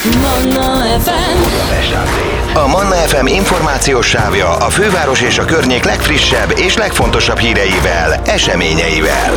Manna FM. A Manna FM információs sávja a főváros és a környék legfrissebb és legfontosabb híreivel, eseményeivel.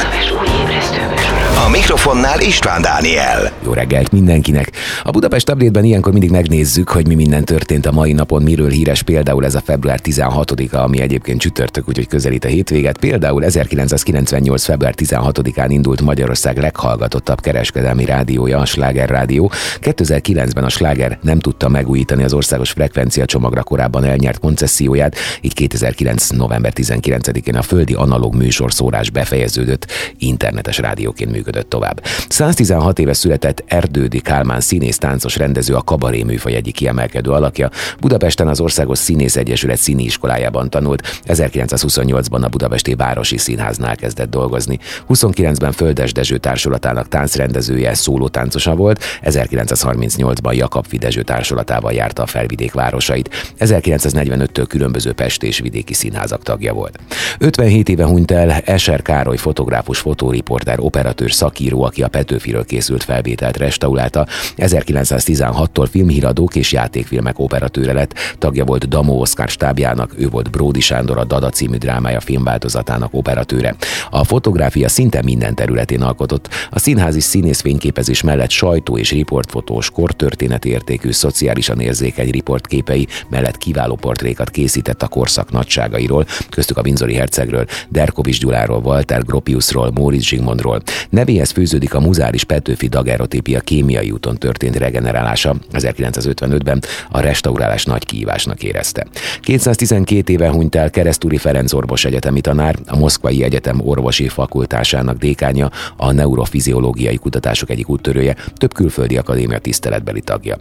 A mikrofonnál István Dániel. Jó reggelt mindenkinek! A Budapest Update-ben ilyenkor mindig megnézzük, hogy mi minden történt a mai napon, miről híres például ez a február 16-a, ami egyébként csütörtök, úgyhogy közelít a hétvéget. Például 1998. február 16-án indult Magyarország leghallgatottabb kereskedelmi rádiója, a Sláger Rádió. 2009-ben a Sláger nem tudta megújítani az országos frekvenciacsomagra korábban elnyert koncesszióját, így 2009. november 19-én a földi analóg műsorszórás befejeződött, internetes rádióként működött tovább. 116 éve született Erdődy Kálmán színész, táncos, rendező, a kabaré műfaj egyik kiemelkedő alakja. Budapesten az Országos Színész Egyesület színiiskolájában tanult, 1928-ban a Budapesti Városi Színháznál kezdett dolgozni. 29-ben Földes Dezső társulatának táncrendezője, szólótáncosa volt, 1938-ban Jakab Dezső társulatával járta a felvidék városait. 1945-től különböző pesti és vidéki színházak tagja volt. 57 éve hunyt el Escher Károly fotográfus, fotóriporter, operatőr, szakíró, aki a Petőfiről készült felvételt restaurálta. 1916-tól filmhíradók és játékfilmek operatőre lett, tagja volt Damó Oszkár stábjának, ő volt Bródi Sándor a Dada című drámája filmváltozatának operatőre. A fotográfia szinte minden területén alkotott. A színházi színész fényképezés mellett sajtó- és riportfotós, kortörténeti értékű, szociálisan érzékeny riportképei mellett kiváló portrékat készített a korszak nagyságairól, köztük a windsori hercegről, Derkovics Gyuláról, Walter Gropiusról, Móricz Zsigmondról. Nevéhez fűződik a muzáris Petőfi daguerreotípia kémiai úton történt regenerálása. 1955-ben a restaurálás nagy kihívásnak érezte. 212 éve hunyt el Keresztúri Ferenc orvos egyetemi tanár, a Moszkvai Egyetem orvosi fakultásának dékánja, a neurofiziológiai kutatások egyik úttörője, több külföldi akadémia tiszteletbeli tagja.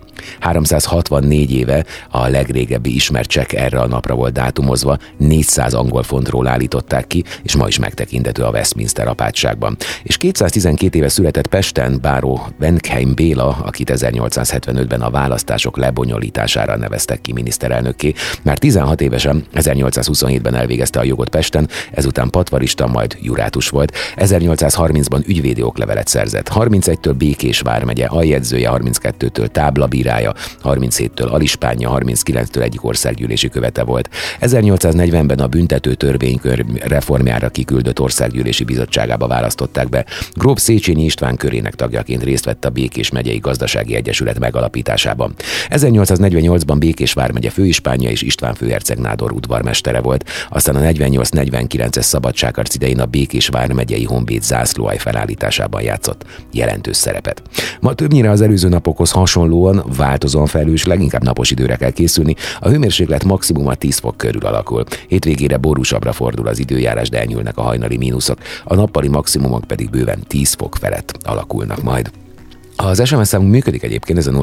364 éve a legrégebbi ismert csekk erre a napra volt dátumozva, 400 angol fontról állították ki, és ma is megtekinthető a Westminster apátságban. És 212 éve született Pesten báró Venkheim Béla, akit 1875-ben a választások lebonyolítására neveztek ki miniszterelnökké. Már 16 évesen, 1827-ben elvégezte a jogot Pesten, ezután patvarista, majd jurátus volt. 1830-ban ügyvédi oklevelet szerzett. 31-től Békés vármegye aljegyzője, 32-től táblabírája, 37-től alispánja, 39-től egyik országgyűlési követe volt. 1840-ben a büntető törvénykönyv reformjára kiküldött országgyűlési bizottságába választották be. Gróf Széchenyi István körének tagjaként részt vett a Békés megyei gazdasági egyesület megalapításában. 1848-ban Békés vármegye főispánja és István főherceg nádor udvarmestere volt, aztán a 48-49-es szabadságharc idején a Békés vármegyei honvéd zászlóalj felállításában játszott jelentős szerepet. Ma többnyire az előző napokhoz hasonlóan változóan felhős, leginkább napos időre kell készülni, a hőmérséklet maximuma 10 fok körül alakul. Hétvégére borúsabbra fordul az időjárás, de elnyúlnak a hajnali mínuszok, a nappali maximumok pedig bőven 10 fok felett alakulnak majd. Az SMS számunk működik egyébként, ez a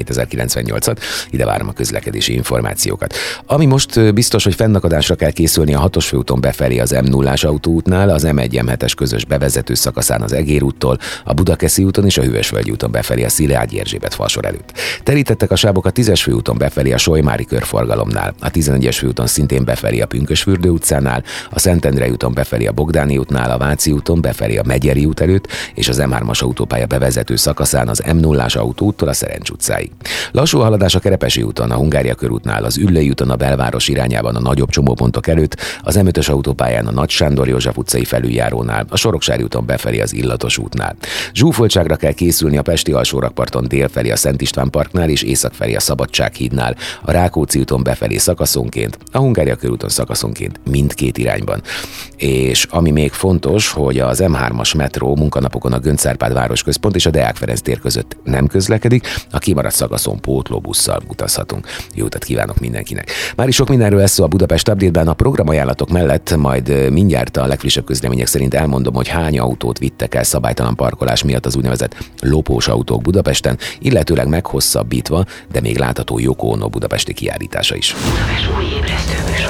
077 ide várom a közlekedési információkat. Ami most biztos, hogy fennakadásra kell készülni a 6-os főúton befelé az M0-ás autóútnál, az M1-M7-es közös bevezető szakaszán az Egér úttól, a Budakeszi úton és a Hűvösvölgyi úton befelé a Szilágyi Erzsébet falsor előtt. Terítettek a sávok a 10-es főúton befelé a Solymári körforgalomnál, a 11-es főúton szintén befelé a Pünkösfürdő utcánál, a Szentendrei úton befelé a Bogdáni útnál, a Váci úton befelé a Megyeri út előtt és az M3-as autópálya bevezető szakaszán az M0-ás autóúttól a Szerencs utcáig. Lassú haladás a Kerepesi úton, a Hungária körútnál, az Üllői úton a belváros irányában a nagyobb csomópontok előtt, az M5-ös autópályán a Nagy Sándor József utcai felüljárónál, a Soroksári úton befelé az Illatos útnál. Zsúfoltságra kell készülni a Pesti alsórakparton délfelé a Szent István parknál és északfelé a Szabadsághídnál, a Rákóczi úton befelé szakaszonként, a Hungária körúton szakaszonként mindkét irányban. És ami még fontos, hogy az M3-as metró munkanapokon a Göncz Árpád városközpont és a Deák Ferenc tér között nem közlekedik, a kimaradt szakaszon pótlóbusszal utazhatunk. Jó utat kívánok mindenkinek! Már is sok mindenről lesz szó a Budapest Update-ben, a programajánlatok mellett majd mindjárt a legfrissebb közlemények szerint elmondom, hogy hány autót vittek el szabálytalan parkolás miatt az úgynevezett lopós autók Budapesten, illetőleg meghosszabbítva, de még látható Yoko Ono budapesti kiállítása is. Budapest új ébresztő műsor.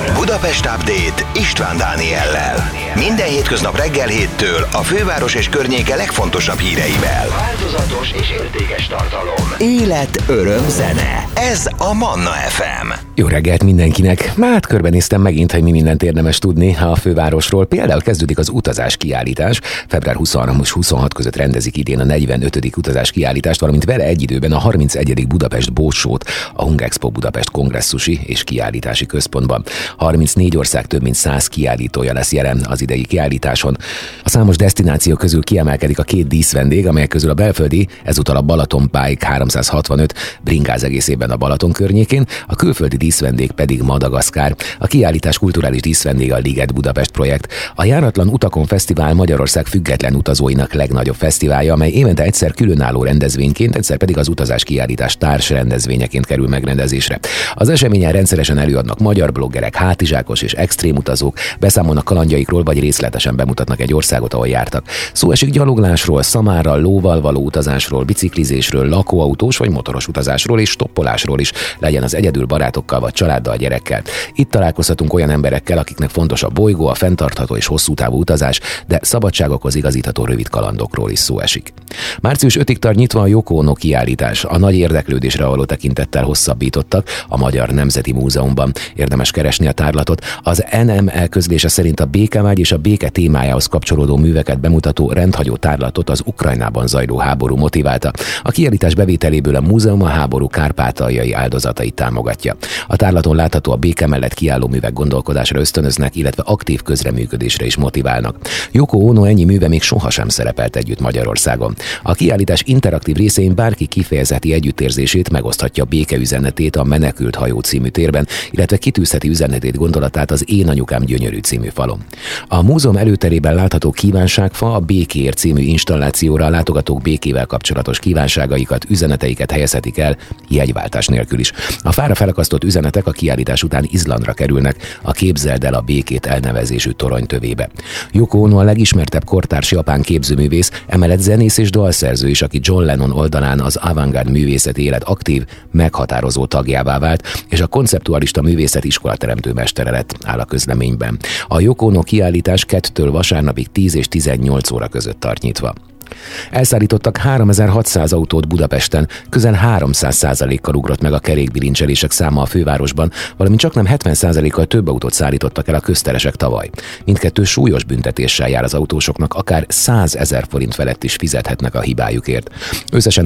Budapest Update István Dániellel. Minden hétköznap reggel 7-től a főváros és környéke legfontosabb híreivel. Változatos és értékes tartalom. Élet, öröm, zene. Ez a Manna FM. Jó reggelt mindenkinek! Hát körbenéztem megint, hogy mi mindent érdemes tudni a fővárosról. Például kezdődik az utazás kiállítás. Február 23 és 26 között rendezik idén a 45. utazás kiállítást, valamint vele egy időben a 31. Budapest Boat-show-t a Hungexpo Budapest kongresszusi és kiállítási központban. 34 ország több mint 100 kiállítója lesz jelen az idei kiállításon. A számos desztináció közül kiemelkedik a 2 díszvendég, amelyek közül a belföldi, ezúttal a Balaton Bike 365 bringáz egész évben a Balaton környékén, a külföldi díszvendég pedig Madagaszkár. A kiállítás kulturális díszvendég a Liget Budapest projekt. A Járatlan Utakon Fesztivál Magyarország független utazóinak legnagyobb fesztiválja, amely évente egyszer különálló rendezvényként, egyszer pedig az utazás kiállítás társ rendezvényeként kerül megrendezésre. Az eseményen rendszeresen előadnak magyar bloggerek, hátizsákos és extrém utazók, beszámolnak kalandjaikról vagy részletesen bemutatnak egy országot, ahol jártak. Szó esik gyaloglásról, szamárral, lóval való utazásról, biciklizésről, lakóautós vagy motoros utazásról és stoppolásról is, legyen az egyedül, barátokkal vagy családdal, gyerekkel. Itt találkozhatunk olyan emberekkel, akiknek fontos a bolygó, a fenntartható és hosszú távú utazás, de szabadságokhoz igazítható rövid kalandokról is szó esik. Március 5-ig tart nyitva a Yoko Ono kiállítás. A nagy érdeklődésre való tekintettel hosszabbítottak a Magyar Nemzeti Múzeumban. Érdemes keresni a tárlatot. Az NME közlése szerint a békevágy és a béke témájához kapcsolódó műveket bemutató rendhagyó tárlatot az Ukrajnában zajló háború motiválta. A kiállítás bevételéből a múzeum a háború kárpátaljai áldozatait támogatja. A tárlaton látható a béke mellett kiálló művek gondolkodásra ösztönöznek, illetve aktív közreműködésre is motiválnak. Yoko Ono ennyi műve még sohasem szerepelt együtt Magyarországon. A kiállítás interaktív részein bárki kifejezheti együttérzését, megoszthatja békeüzenetét a Menekült hajó című térben, illetve kitűzheti üzenetét, gondolatát az Én anyukám gyönyörű című falon. A múzeum előterében látható kívánságfa a Békéért című installációra a látogatók békével kapcsolatos kívánságaikat, üzeneteiket helyezhetik el jegyváltás nélkül is. A fára felakasztott üzenetek a kiállítás után Izlandra kerülnek, a Képzeld el a békét elnevezésű torony tövébe. Yoko Ono a legismertebb kortárs japán képzőművész, emellett zenész és dalszerző is, aki John Lennon oldalán az avantgárd művészeti élet aktív, meghatározó tagjává vált, és a konceptualista művészet iskolateremtő mestere lett, áll a közleményben. A Yoko Ono kiállítás 2-től vasárnapig 10 és 18 óra között tart nyitva. Elszállítottak 3600 autót Budapesten, közel 300%-kal ugrott meg a kerékbilincselések száma a fővárosban, valamint csaknem 70%-kal több autót szállítottak el a közteresek tavaly. Mindkettő súlyos büntetéssel jár az autósoknak, akár 100 000 forint felett is fizethetnek a hibájukért. Összesen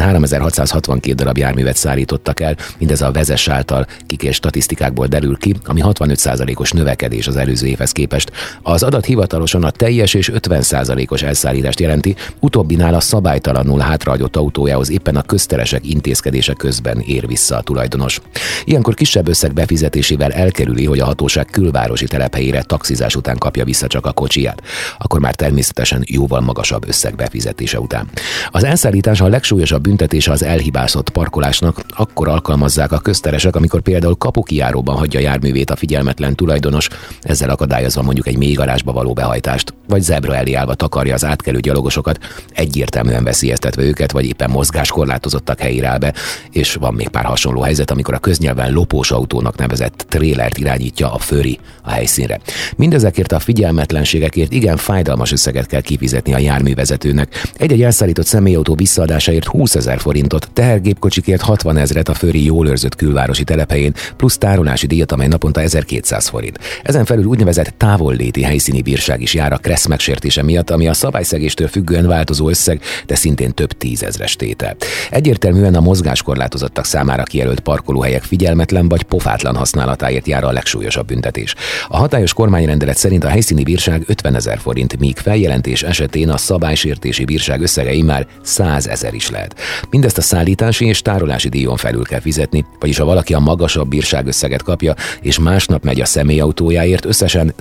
3662 darab járművet szállítottak el, mindez a Vezess által kikért statisztikákból derül ki, ami 65%-os növekedés az előző évhez képest. Az adat hivatalosan a teljes és 50%-os elszállítást jelenti, utóbbinál a szabálytalanul hátrahagyott autójához éppen a közteresek intézkedése közben ér vissza a tulajdonos. Ilyenkor kisebb összeg befizetésével elkerüli, hogy a hatóság külvárosi telephelyére taxizás után kapja vissza csak a kocsiját. Akkor már természetesen jóval magasabb összeg befizetése után. Az elszállítás a legsúlyosabb büntetése az elhibászott parkolásnak. Akkor alkalmazzák a közteresek, amikor például kapukijáróban hagyja járművét a figyelmetlen tulajdonos, ezzel akadályozva mondjuk egy mélygarázsba való behajtást, vagy zebra elé állva takarja az átkelő gyalogosokat, egyértelműen veszélyeztetve őket, vagy éppen mozgáskorlátozottak helyére áll be, és van még pár hasonló helyzet, amikor a köznyelven lopós autónak nevezett trélert irányítja a föri a helyszínre. Mindezekért a figyelmetlenségekért igen fájdalmas összeget kell kifizetni a járművezetőnek. Egy-egy elszállított személyautó visszaadásáért 20 000 forintot, tehergépkocsikért 60 000-et a föri jól őrzött külvárosi telephelyén, plusz tárolási díjat, amely naponta 1200 forint. Ezen felül úgynevezett távolléti helyszíni bírság is jár a kressz megsértése miatt, ami a szabályszegéstől függően változó összeg, de szintén több tízezres tétel. Egyértelműen a mozgáskorlátozottak számára kijelölt parkolóhelyek figyelmetlen vagy pofátlan használatáért jár a legsúlyosabb büntetés. A hatályos kormányrendelet szerint a helyszíni bírság 50 000 forint, míg feljelentés esetén a szabálysértési bírság összegei már 100 000 is lehet. Mindezt a szállítási és tárolási díjon felül kell fizetni, vagyis ha valaki a magasabb bírságösszeget kapja, és másnap megy a személyautójáért, összesen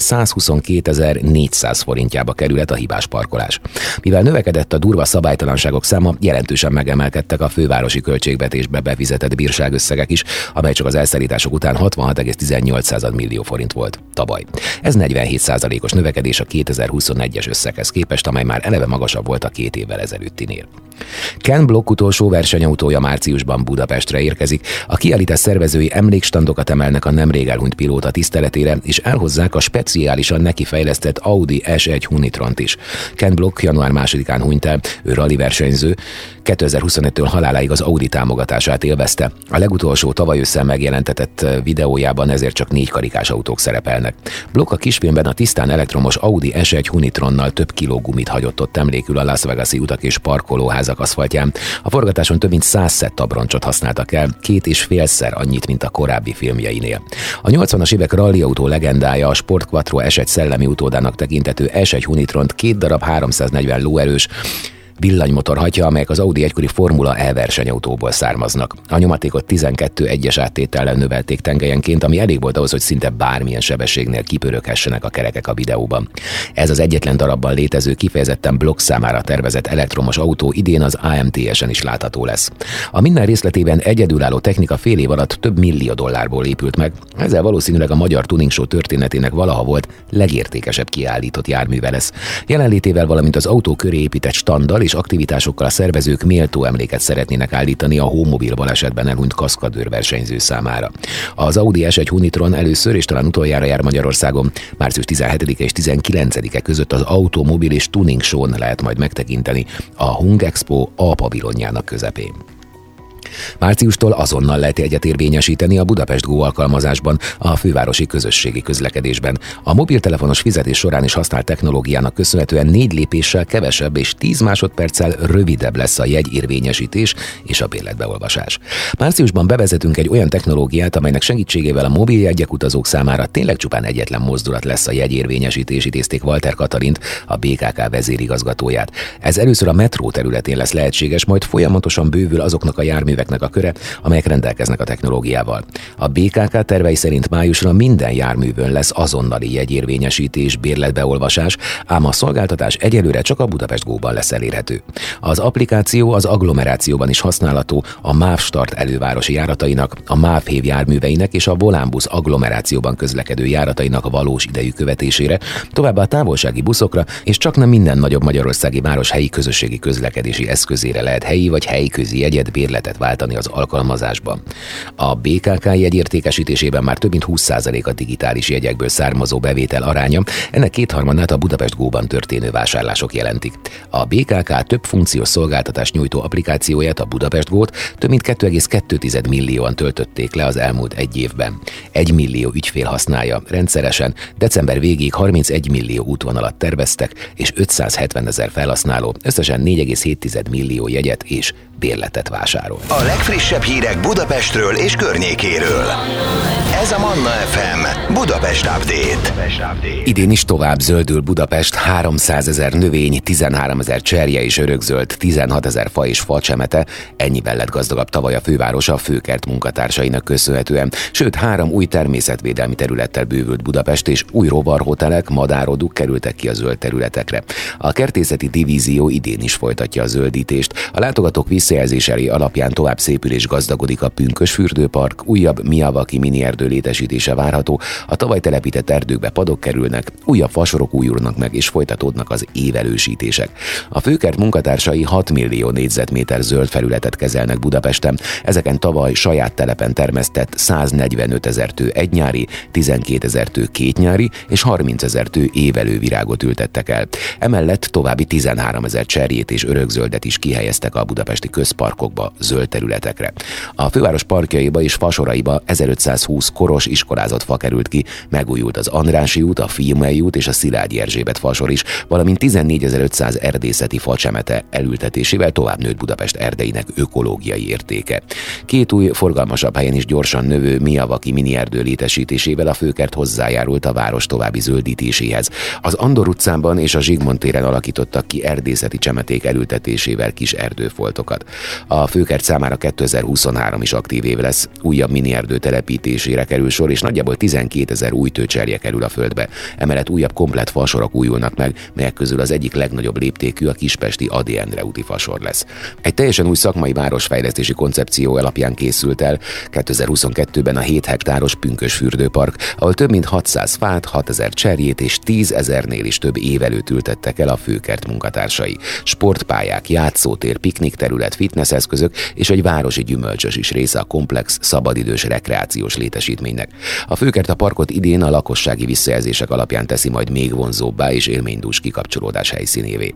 122 400 forintjába kerülhet a hibás parkolás. Mivel növekedett a durva szabálytalanságok száma, jelentősen megemelkedtek a fővárosi költségvetésbe befizetett bírságösszegek is, amely csak az elszállítások után 66,18 millió forint volt tavaly. Ez 47%-os növekedés a 2021-es összeghez képest, amely már eleve magasabb volt a 2 évvel ezelőttinél. Ken Block utolsó versenyautója márciusban Budapestre érkezik. A kiállítás szervezői emlékstandokat emelnek a nemrég elhunyt pilóta tiszteletére, és elhozzák a speciálisan nekifejlesztett Audi S1 Hunitront is. Ken Block január 2-án hunyt el, ő rally versenyző, 2025-től haláláig az Audi támogatását élvezte. A legutolsó tavaly ősszel megjelentetett videójában ezért csak 4 karikás autók szerepelnek. Block a kisfilmben a tisztán elektromos Audi S1 Hunitronnal több kiló gumit hagyott ott emlékül a Las Vegas-i utak és parkolóházak aszfaltján. A forgatáson több mint 100 szett abroncsot használtak el, 2,5-szer annyit, mint a korábbi filmjeinél. A 80-as évek rallyautó legendája, a Sport Quattro S1 szellemi utódának tekintető S1 Hunitront 2 darab 340 lóerős villanymotor hajtja, amelyek az Audi egykori Formula E versenyautóból származnak. A nyomatékot 12 egyes áttétellel növelték tengelyenként, ami elég volt ahhoz, hogy szinte bármilyen sebességnél kipöröghessenek a kerekek a videóban. Ez az egyetlen darabban létező, kifejezetten Block számára tervezett elektromos autó idén az AMTS-en is látható lesz. A minden részletében egyedülálló technika fél év alatt több millió dollárból épült meg, ezzel valószínűleg a magyar tuning show történetének valaha volt legértékesebb kiállított járműve lesz. Jelenlétével, valamint az autó köré épített standdal és aktivitásokkal a szervezők méltó emléket szeretnének állítani a hómobil balesetben elhunyt kaszkadőr versenyző számára. Az Audi S1 Hunitron először és talán utoljára jár Magyarországon. Március 17-e és 19-e között az Automobil és Tuning Show-n lehet majd megtekinteni a Hung Expo A pavilonjának közepén. Márciustól azonnal lehet jegyet érvényesíteni a Budapest Go alkalmazásban, a fővárosi közösségi közlekedésben. A mobiltelefonos fizetés során is használt technológiának köszönhetően 4 lépéssel kevesebb és 10 másodperccel rövidebb lesz a jegyérvényesítés és a bérletbeolvasás. Márciusban bevezetünk egy olyan technológiát, amelynek segítségével a mobiljegyek utazók számára tényleg csupán egyetlen mozdulat lesz a jegyérvényesítés, idézték Walter Katalint, a BKK vezérigazgatóját. Ez először a metró területén lesz lehetséges, majd folyamatosan bővül azoknak a járműveknek a köre, amelyek rendelkeznek a technológiával. A BKK tervei szerint májusra minden járművön lesz azonnali jegyérvényesítés, bérletbeolvasás, ám a szolgáltatás egyelőre csak a Budapest Go-ban lesz elérhető. Az applikáció az agglomerációban is használható a MÁV Start elővárosi járatainak, a MÁV Hév járműveinek és a Volánbusz agglomerációban közlekedő járatainak valós idejű követésére, továbbá a távolsági buszokra és csaknem minden nagyobb magyarországi város helyi közösségi közlekedési eszközére lehet helyi vagy helyközi jegyet, bérletet váltani az alkalmazásban. A BKK jegyértékesítésében már több mint 20% a digitális jegyekből származó bevétel aránya, ennek 2/3 a Budapest Go-ban történő vásárlások jelentik. A BKK több funkciós szolgáltatás nyújtó applikációját, a Budapest Go-t több mint 2,2 millióan töltötték le az elmúlt egy évben. 1 millió ügyfél használja rendszeresen, december végéig 31 millió útvonalat terveztek, és 570 000 felhasználó összesen 4,7 millió jegyet és bérletet vásárol. A legfrissebb hírek Budapestről és környékéről. Ez a Manna FM Budapest Update. Idén is tovább zöldül Budapest, 300 000 növény, 13 000 cserje és örökzöld, 16 000 fa és facsemete, ennyiben lett gazdagabb tavaly a főváros a főkert munkatársainak köszönhetően. Sőt, 3 új természetvédelmi területtel bővült Budapest, és új rovarhotelek, madároduk kerültek ki a zöld területekre. A kertészeti divízió idén is folytatja a zöldítést. A látogatók visszajelzései alapján tovább szépül és gazdagodik a Pünkös fürdőpark, újabb Miyawaki mini erdő létesítése várható, a tavaly telepített erdőkbe padok kerülnek, újabb fasorok újulnak meg és folytatódnak az évelősítések. A főkert munkatársai 6 millió négyzetméter zöld felületet kezelnek Budapesten, ezeken tavaly saját telepen termesztett 145 000 tő egynyári, 12 000 tő kétnyári és 30 000 tő évelő virágot ültettek el. Emellett további 13 000 cserjét és örökzöldet is kihelyeztek a budapesti közparkokba, zöld területekre. A főváros parkjaiba és fasoraiba 1520 koros iskolázott fa került ki, megújult az Andrássy út, a Fiumei út és a Szilágyi Erzsébet fasor is, valamint 14 500 erdészeti facsemete elültetésével tovább nőtt Budapest erdeinek ökológiai értéke. 2 új, forgalmasabb helyen is gyorsan növő Miyawaki mini erdő létesítésével a főkert hozzájárult a város további zöldítéséhez. Az Andor utcában és a Zsigmond téren alakítottak ki erdészeti csemeték elültetésével kis erdőfoltokat. marad. A Főkert számára 2023 is aktív év lesz, újabb minierdő telepítésére kerül sor, és nagyjából 12 000 új tőcserje kerül a földbe. Emellett újabb komplett fasorok újulnak meg, melyek közül az egyik legnagyobb léptékű a kispesti Ady Endre úti fasor lesz. Egy teljesen új szakmai városfejlesztési koncepció alapján készült el 2022-ben a 7 hektáros Pünkösfürdőpark, ahol több mint 600 fát, 6000 cserjét és 10 000-nél is több évelőt ültettek el a Főkert munkatársai. Sportpályák, játszótér, piknikterület, fitnesseszközök és egy városi gyümölcsös is része a komplex, szabadidős rekreációs létesítménynek. A Főkert a parkot idén a lakossági visszajelzések alapján teszi majd még vonzóbbá és élménydús kikapcsolódás helyszínévé.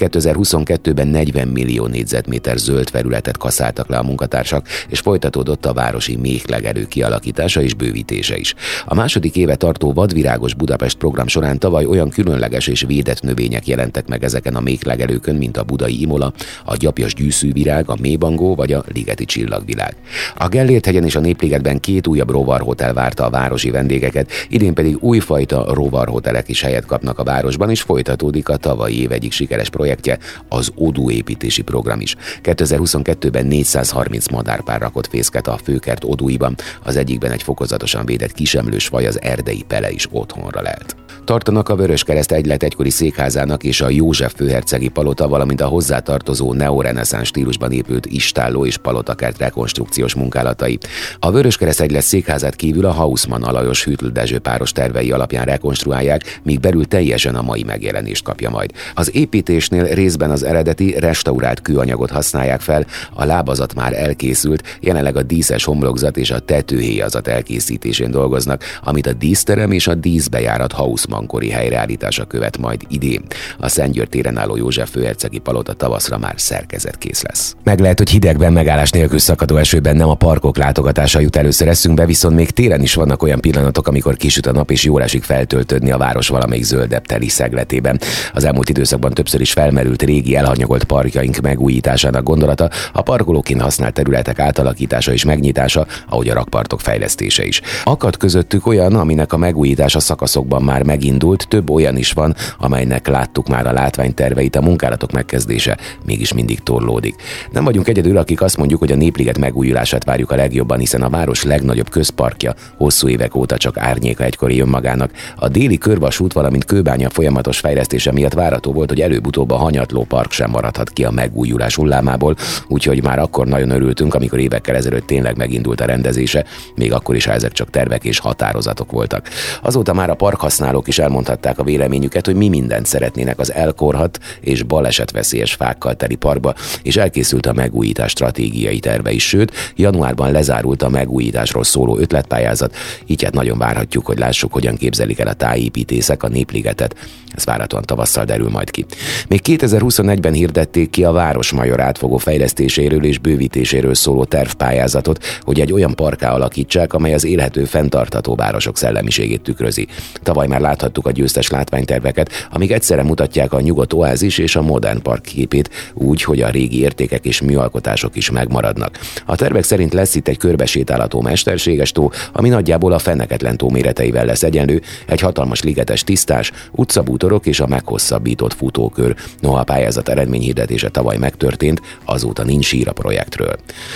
2022-ben 40 millió négyzetméter zöld felületet kaszáltak le a munkatársak, és folytatódott a városi méhlegelő kialakítása és bővítése is. A második éve tartó Vadvirágos Budapest program során tavaly olyan különleges és védett növények jelentek meg ezeken a méhlegelőkön, mint a budai imola, a gyapjas gyűszűvirág, a mélybangó vagy a ligeti csillagvilág. A Gellért-hegyen és a Népligetben 2 újabb rovarhotel várta a városi vendégeket, idén pedig újfajta rovarhotelek is helyet kapnak a városban, és folytatódik a tavalyi év egyik sikeres projektje, az Odu építési program is. 2022-ben 430 madárpár rakott fészket a Főkert Oduiban, az egyikben egy fokozatosan védett kisemlős faj, az erdei pele is otthonra lelt. Tartanak a Vöröskereszt Egylet egykori székházának és a József főhercegi palota, valamint a hozzátartozó neoreneszánsz stílusban épült istálló és palotakert rekonstrukciós munkálatai. A Vöröskereszt Egylet székházát kívül a Hausmann Alajos Hüttl Dezső páros tervei alapján rekonstruálják, míg belül teljesen a mai megjelenést kapja majd. Az építésnél részben az eredeti, restaurált kőanyagot használják fel, a lábazat már elkészült, jelenleg a díszes homlokzat és a tetőhéjazat elkészítésén dolgoznak, amit a díszterem és a díszbejárat Hausmann-kori helyreállítása követ majd idén. A Szentgyörgy téren álló József főhercegi palota tavaszra már szerkezetkész lesz. Meg lehet, hogy hidegben, megállás nélkül szakadó esőben nem a parkok látogatása jut először eszünkbe, viszont még télen is vannak olyan pillanatok, amikor kisüt a nap és jól esik feltöltődni a város valamelyik zöldebb teli szegletében. Az elmúlt időszakban többször is felmerült régi elhanyagolt parkjaink megújításának gondolata, a parkolóként használt területek átalakítása és megnyitása, ahogy a rakpartok fejlesztése is. Akad közöttük olyan, aminek a megújítása szakaszokban már megindult, több olyan is van, amelynek láttuk már a látványterveit, a munkálatok megkezdése mégis mindig torlódik. Nem vagyunk egyedül, akik azt mondjuk, hogy a Népliget megújulását várjuk a legjobban, hiszen a város legnagyobb közparkja hosszú évek óta csak árnyéka egykori önmagának. A déli körvasút, valamint Kőbánya folyamatos fejlesztése miatt várható volt, hogy előbb-utóbb a Hanyatló park sem maradhat ki a megújulás hullámából, úgyhogy már akkor nagyon örültünk, amikor évekkel ezelőtt tényleg megindult a rendezése, még akkor is, ha ezek csak tervek és határozatok voltak. Azóta már a parkhasználók is elmondhatták a véleményüket, hogy mi mindent szeretnének az elkorhadt és balesetveszélyes fákkal teli parkba, és elkészült a megújítás stratégiai terve is, sőt, januárban lezárult a megújításról szóló ötletpályázat, így hát nagyon várhatjuk, hogy lássuk, hogyan képzelik el a tájépítészek a Népligetet. Ez várhatóan tavasszal derül majd ki. Még 2021-ben hirdették ki a Városmajor átfogó fejlesztéséről és bővítéséről szóló tervpályázatot, hogy egy olyan parkká alakítsák, amely az élhető, fenntartható városok szellemiségét tükrözi. Tavaly már láthattuk a győztes látványterveket, amik egyszerre mutatják a nyugodt oázis és a modern park képét, úgy, hogy a régi értékek és műalkotások is megmaradnak. A tervek szerint lesz itt egy körbesétálható mesterséges tó, ami nagyjából a Feneketlen tó méreteivel lesz egyenlő, egy hatalmas ligetes tisztás, utcabútorok és a meghosszabbított futókör. Noha a pályázat eredményhirdetése tavaly megtörtént, azóta nincs hír a projektről.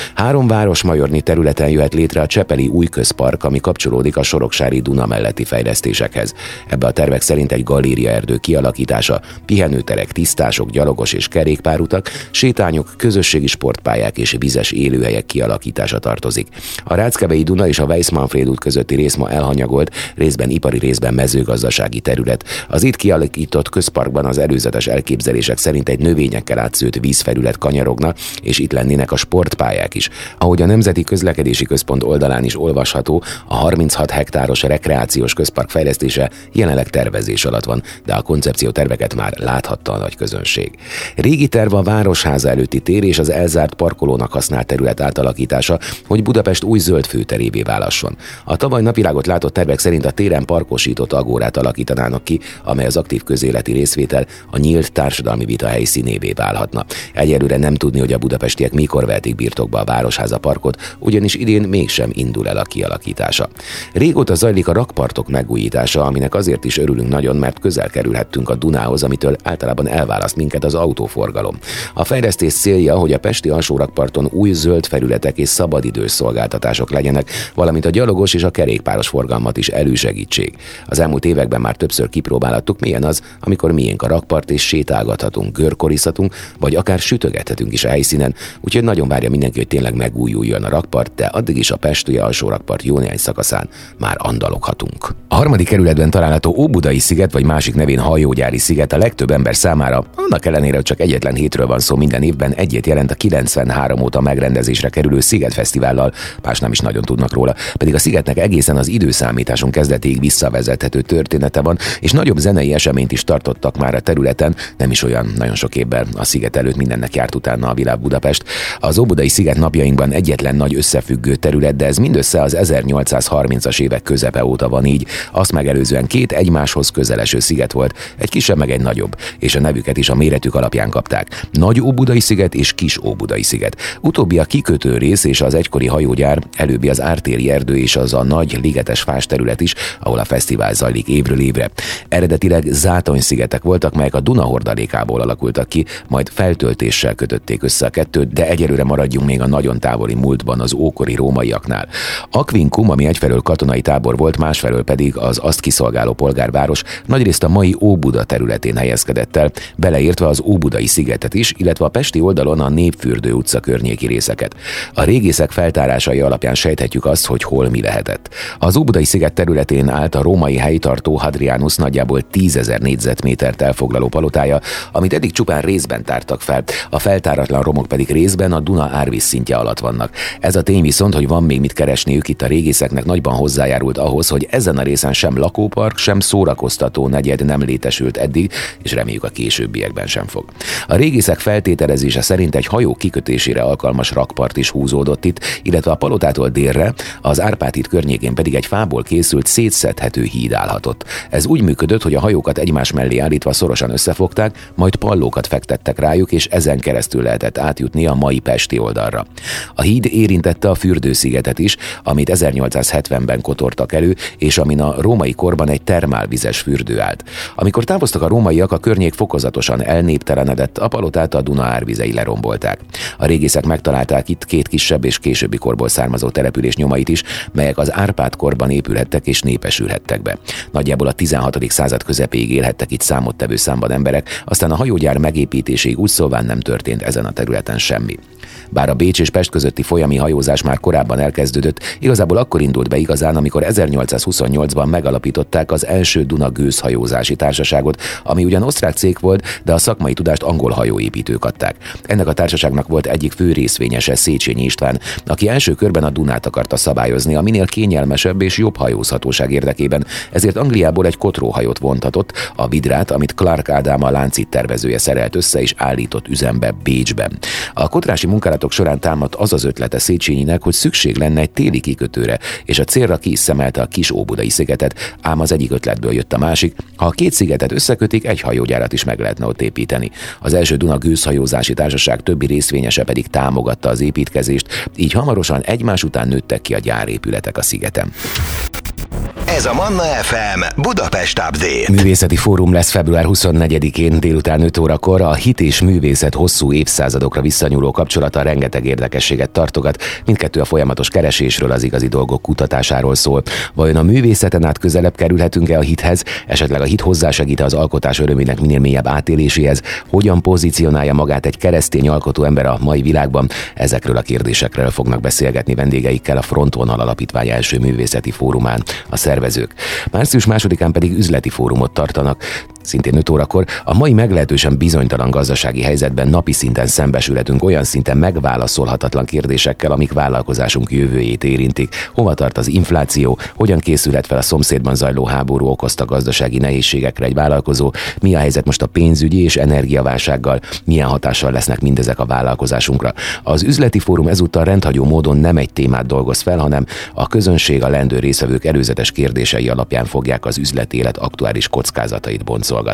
3 városmajornyi területen jöhet létre a Csepeli új közpark, ami kapcsolódik a soroksári Duna melletti fejlesztésekhez. Ebbe a tervek szerint egy galériaerdő kialakítása, pihenőterek, tisztások, gyalogos és kerékpárutak, sétányok, közösségi sportpályák és vizes élőhelyek kialakítása tartozik. A Ráckevei Duna és a Weiss-Manfréd út közötti rész ma elhanyagolt, részben ipari, részben mezőgazdasági terület. Az itt kialakított közparkban az előzetes elképzelések szerint egy növényekkel átszőtt vízfelület kanyarogna, és itt lennének a sportpályák is. Ahogy a Nemzeti Közlekedési Központ oldalán is olvasható, a 36 hektáros rekreációs közpark fejlesztése jelenleg tervezés alatt van, de a koncepcióterveket már láthatta a nagy közönség. Régi terv a Városháza előtti tér és az elzárt parkolónak használt terület átalakítása, hogy Budapest új zöld főterévé válasson. A tavaly napvilágot látott tervek szerint a téren parkosított agórát alakítanának ki, amely az aktív közéleti részvétel, a nyílt társadalmi vita helyszínévé válhatna. Egyelőre nem tudni, hogy a budapestiek mikor vehetik birtokba a Városháza parkot, ugyanis idén mégsem indul el a kialakítása. Régóta zajlik a rakpartok megújítása, aminek azért azért is örülünk nagyon, mert közel kerülhettünk a Dunához, amitől általában elválaszt minket az autóforgalom. A fejlesztés célja, hogy a pesti alsórakparton új zöld felületek és szabadidős szolgáltatások legyenek, valamint a gyalogos és a kerékpáros forgalmat is elősegítsék. Az elmúlt években már többször kipróbálhattuk, milyen az, amikor miénk a rakpart és sétálgathatunk, görkorizhatunk, vagy akár sütögethetünk is a helyszínen, úgyhogy nagyon várja mindenki, hogy tényleg megújuljon a rakpart, de addig is a pesti alsórakpart jó néhány szakaszán már andaloghatunk. A harmadik kerületben található Óbudai sziget, vagy másik nevén Hajógyári sziget a legtöbb ember számára, annak ellenére, hogy csak egyetlen hétről van szó minden évben, egyet jelent a 93 óta megrendezésre kerülő Szigetfesztivállal, más nem is nagyon tudnak róla, pedig a szigetnek egészen az időszámításon kezdetéig visszavezethető története van, és nagyobb zenei eseményt is tartottak már a területen, nem is olyan nagyon sok évben a sziget előtt mindennek járt utána a világ Budapest. Az Óbudai sziget napjainkban egyetlen nagy összefüggő terület, de ez mindössze az 1830-as évek közepe óta van így. Azt megelőzően két egymáshoz közeleső sziget volt, egy kisebb meg egy nagyobb, és a nevüket is a méretük alapján kapták. Nagy Óbudai sziget és Kis Óbudai sziget. Utóbbi a kikötő rész és az egykori hajógyár, előbbi az ártéri erdő és az a nagy ligetes fás terület is, ahol a fesztivál zajlik évről évre. Eredetileg zátony-szigetek voltak, melyek a Duna hordalékából alakultak ki, majd feltöltéssel kötötték össze a kettőt, de egyelőre maradjunk még a nagyon távoli múltban az ókori rómaiaknál. Aquincum, ami egyfelől katonai tábor volt, másfelől pedig az azt kiszolgáló polgárváros, nagyrészt a mai Óbuda területén helyezkedett el, beleértve az Óbudai szigetet is, illetve a pesti oldalon a Népfürdő utca környéki részeket. A régészek feltárásai alapján sejthetjük azt, hogy hol mi lehetett. Az Óbudai sziget területén állt a római helytartó Hadrianus nagyjából 10 000 négyzetmétert elfoglaló palotája, amit eddig csupán részben tártak fel, a feltáratlan romok pedig részben a Duna árvízszintje alatt vannak. Ez a tény viszont, hogy van még mit keresniük itt a régészeknek, nagyban hozzájárult ahhoz, hogy ezen a részen sem lakópark, sem szórakoztató negyed nem létesült eddig, és reméljük a későbbiekben sem fog. A régészek feltételezése szerint egy hajó kikötésére alkalmas rakpart is húzódott itt, illetve a palotától délre, az Árpád híd környékén pedig egy fából készült szétszedhető híd állhatott. Ez úgy működött, hogy a hajókat egymás mellé állítva szorosan összefogták, majd pallókat fektettek rájuk, és ezen keresztül lehetett átjutni a mai pesti oldalra. A híd érintette a Fürdőszigetet is, amit 1870-ben kotortak elő, és amin a római korban egy termálvizes fürdő állt. Amikor távoztak a rómaiak, a környék fokozatosan elnéptelenedett, a palotát a Duna árvizei lerombolták. A régészek megtalálták itt két kisebb és későbbi korból származó település nyomait is, melyek az Árpád korban épülhettek és népesülhettek be. Nagyjából a 16. század közepéig élhettek itt számottevő számban emberek, aztán a hajógyár megépítéséig úgy szóván nem történt ezen a területen semmi. Bár a Bécs és Pest közötti folyami hajózás már korábban elkezdődött, igazából akkor indult be igazán, amikor 1828-ban megalapították az első Duna gőzhajózási társaságot, ami ugyan osztrák cég volt, de a szakmai tudást angol hajóépítők adták. Ennek a társaságnak volt egyik fő részvényese Széchenyi István, aki első körben a Dunát akarta szabályozni a minél kényelmesebb és jobb hajózhatóság érdekében, ezért Angliából egy kotróhajót vontatott, a Vidrát, amit Clark Ádám a láncid tervezője szerelt össze és állított üzembe Bécsben. A kotrási munkálatok során támadt az az ötlete Széchenyinek, hogy szükség lenne egy téli kikötőre, és a célra ki is szemelte a Kis Óbudai szigetet, ám az egyik ötletből jött a másik, ha a két szigetet összekötik, egy hajógyárat is meg lehetne ott építeni. Az első Duna gőzhajózási társaság többi részvényese pedig támogatta az építkezést, így hamarosan egymás után nőttek ki a gyárépületek a szigeten. Ez a Manna FM Budapest Update. Művészeti fórum lesz február 24-én délután 5 órakor. A hit és művészet hosszú évszázadokra visszanyúló kapcsolata rengeteg érdekességet tartogat. Mindkettő a folyamatos keresésről, az igazi dolgok kutatásáról szól. Vajon a művészeten át közelebb kerülhetünk-e a hithez? Esetleg a hit hozzásegít az alkotás örömének minél mélyebb átéléséhez? Hogyan pozícionálja magát egy keresztény alkotó ember a mai világban? Ezekről a kérdésekről fognak beszélgetni vendégeikkel a Frontvonal Alapítvány első művészeti fórumán a szervezők. Március 2-án pedig üzleti fórumot tartanak. Szintén 5 órakor a mai meglehetősen bizonytalan gazdasági helyzetben napi szinten szembesülhetünk olyan szinten megválaszolhatatlan kérdésekkel, amik vállalkozásunk jövőjét érintik. Hova tart az infláció? Hogyan készülhet fel a szomszédban zajló háború okozta gazdasági nehézségekre egy vállalkozó? Mi a helyzet most a pénzügyi és energiaválsággal? Milyen hatással lesznek mindezek a vállalkozásunkra? Az üzleti fórum ezúttal rendhagyó módon nem egy témát dolgoz fel, hanem a közönség, a lendő részvevők előzetes kérdései alapján fogják az üzleti élet aktuális kockázatait boncolgatni.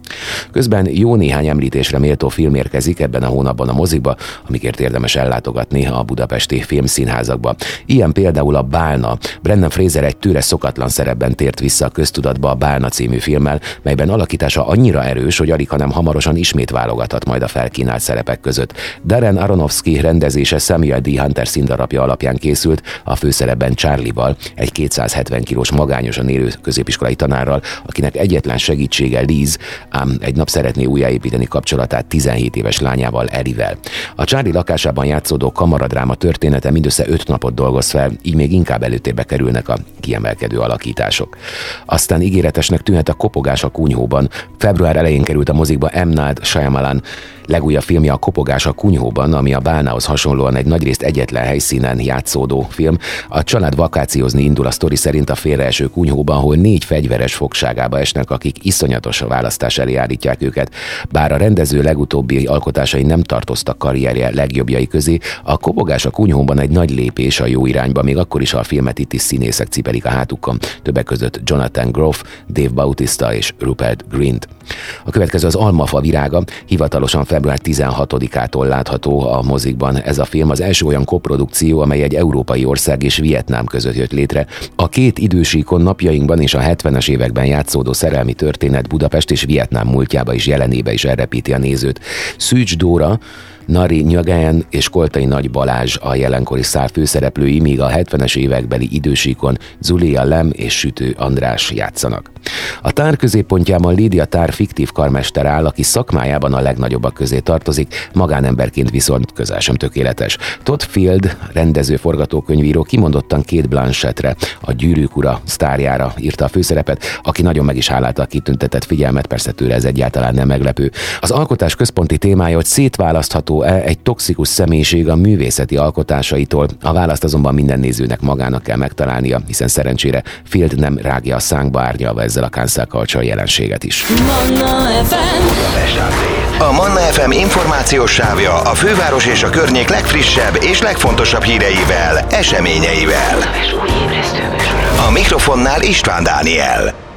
Közben jó néhány említésre méltó film érkezik ebben a hónapban a mozikba, amikért érdemes ellátogatni a budapesti filmszínházakba. Ilyen például a Bálna. Brendan Fraser egy tőle szokatlan szerepben tért vissza a köztudatba a Bálna című filmmel, melyben alakítása annyira erős, hogy alig, hanem hamarosan ismét válogathat majd a felkínált szerepek között. Darren Aronofsky rendezése Samuel D. Hunter színdarabja alapján készült, a főszerepben Charlie-val, egy 270 kilós magányosan élő középiskolai tanárral, akinek egyetlen segítsége Liz, ám egy nap szeretné újjáépíteni kapcsolatát 17 éves lányával, Ellie-vel. A Charlie lakásában játszódó kamaradráma története mindössze 5 napot dolgoz fel, így még inkább előtérbe kerülnek a kiemelkedő alakítások. Aztán ígéretesnek tűnhet a Kopogás a kunyhóban. Február elején került a mozikba M. Night Shyamalan legújabb filmje a Kopogás a kunyhóban, ami a Bálnához hasonlóan egy nagyrészt egyetlen helyszínen játszódó film. A család vakációzni indul a sztori szerint a félreeső kunyhóban, ahol 4 fegyveres fogságába esnek, akik iszonyatos választás elé állítják őket. Bár a rendező legutóbbi alkotásai nem tartoztak karrierje legjobbjai közé, a Kopogás a kunyhóban egy nagy lépés a jó irányba, még akkor is, ha a filmet itt is színészek cipelik a hátukon, többek között Jonathan Groff, Dave Bautista és Rupert Grint. A következő az Almafa virága, hivatalosan február 16-ától látható a mozikban. Ez a film az első olyan koprodukció, amely egy európai ország és Vietnám között jött létre. A két idősíkon napjainkban és a 70-es években játszódó szerelmi történet Budapest és Vietnám múltjába és jelenébe is elrepíti a nézőt. Szűcs Dóra, Nari Nyagayan és Koltai Nagy Balázs a jelenkori szál főszereplői, míg a 70-es évekbeli idősíkon Zulia Lem és Sütő András játszanak. A tár középpontjában Lídia Tár fiktív karmester áll, aki szakmájában a legnagyobbak közé tartozik, magánemberként viszont közel sem tökéletes. Todd Field, rendező, forgatókönyvíró kimondottan Cate Blanchettre, a Gyűrűk ura sztárjára írta a főszerepet, aki nagyon meg is hálálta a kitüntetett figyelmet, persze tőle ez egyáltalán nem meglepő. Az alkotás központi témája, hogy szétválasztható-e egy toxikus személyiség a művészeti alkotásaitól. A választ azonban minden nézőnek magának kell megtalálnia, hiszen szerencsére Field nem rágja a szánkba, árnyalva ezzel a cancel culture jelenséget is. Manna FM. A Manna FM információs sávja a főváros és a környék legfrissebb és legfontosabb híreivel, eseményeivel. A mikrofonnál István Dániel.